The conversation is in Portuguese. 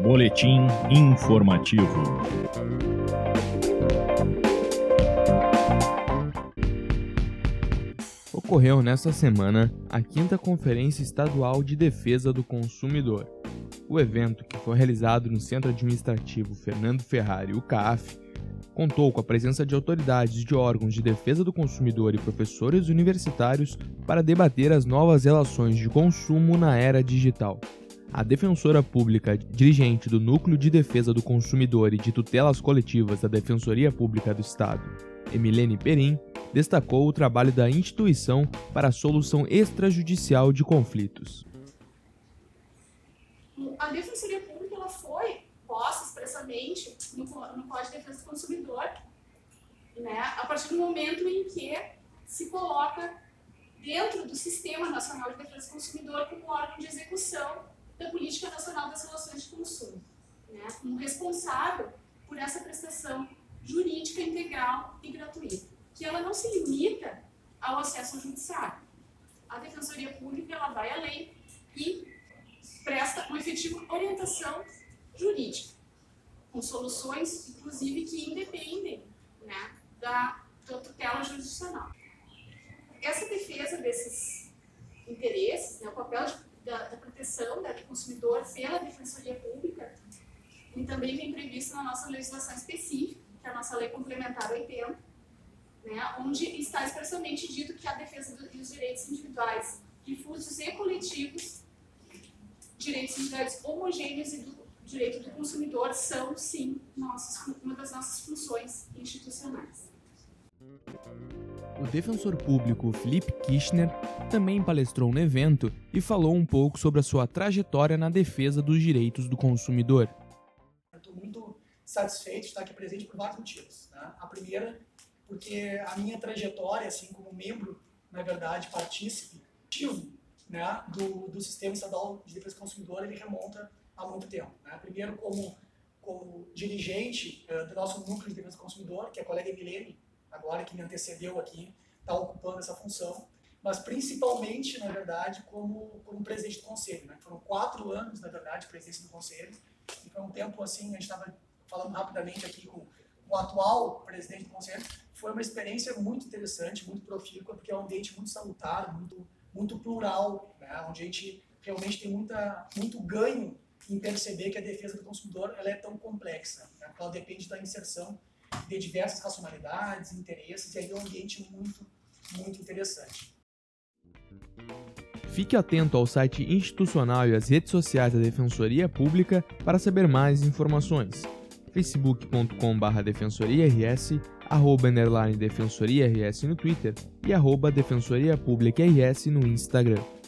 Boletim informativo. Ocorreu nesta semana a 5ª Conferência Estadual de Defesa do Consumidor. O evento, que foi realizado no Centro Administrativo Fernando Ferrari, o CAF, contou com a presença de autoridades de órgãos de defesa do consumidor e professores universitários para debater as novas relações de consumo na era digital. A defensora pública dirigente do Núcleo de Defesa do Consumidor e de Tutelas Coletivas da Defensoria Pública do Estado, Emilene Perim, destacou o trabalho da instituição para a solução extrajudicial de conflitos. A Defensoria Pública ela foi posta expressamente no Código de Defesa do Consumidor, né, a partir do momento em que se coloca dentro do Sistema Nacional de Defesa do Consumidor como órgão de execução da Política Nacional das Relações de Consumo, né, como responsável por essa prestação jurídica integral e gratuita, que ela não se limita ao acesso ao judiciário. A Defensoria Pública ela vai além e presta uma efetiva orientação jurídica, com soluções, inclusive, que independem, né, da tutela jurisdicional. Essa defesa desses interesses, né, o papel da proteção do consumidor pela Defensoria Pública, ele também vem previsto na nossa legislação específica, que é a nossa Lei Complementar 80, né, onde está expressamente dito que a defesa dos direitos individuais, difusos e coletivos, direitos individuais homogêneos e do direito do consumidor são, sim, uma das nossas funções institucionais. O defensor público Felipe Kirchner também palestrou no evento e falou um pouco sobre a sua trajetória na defesa dos direitos do consumidor. Estou muito satisfeito de estar aqui presente por vários motivos, né? A primeira, porque a minha trajetória, assim, como membro, na verdade, partícipe ativo, né, do Sistema Estadual de Defesa do Consumidor, ele remonta há muito tempo, né? Primeiro como dirigente do nosso Núcleo de Defesa do Consumidor, que é a colega Emilene, agora que me antecedeu aqui, está ocupando essa função, mas principalmente, na verdade, como presidente do Conselho, né? Foram 4 anos, na verdade, de presidência do Conselho, e foi um tempo, assim, a gente estava falando rapidamente aqui com o atual presidente do Conselho, foi uma experiência muito interessante, muito profícua, porque é um ambiente muito salutar, muito plural, né? Onde a gente realmente tem muito ganho em perceber que a defesa do consumidor ela é tão complexa, né? Porque ela depende da inserção de diversas racionalidades, interesses, e aí é um ambiente muito interessante. Fique atento ao site institucional e às redes sociais da Defensoria Pública para saber mais informações. facebook.com/defensoriars, @defensoriars no Twitter e @defensoriapublicars no Instagram.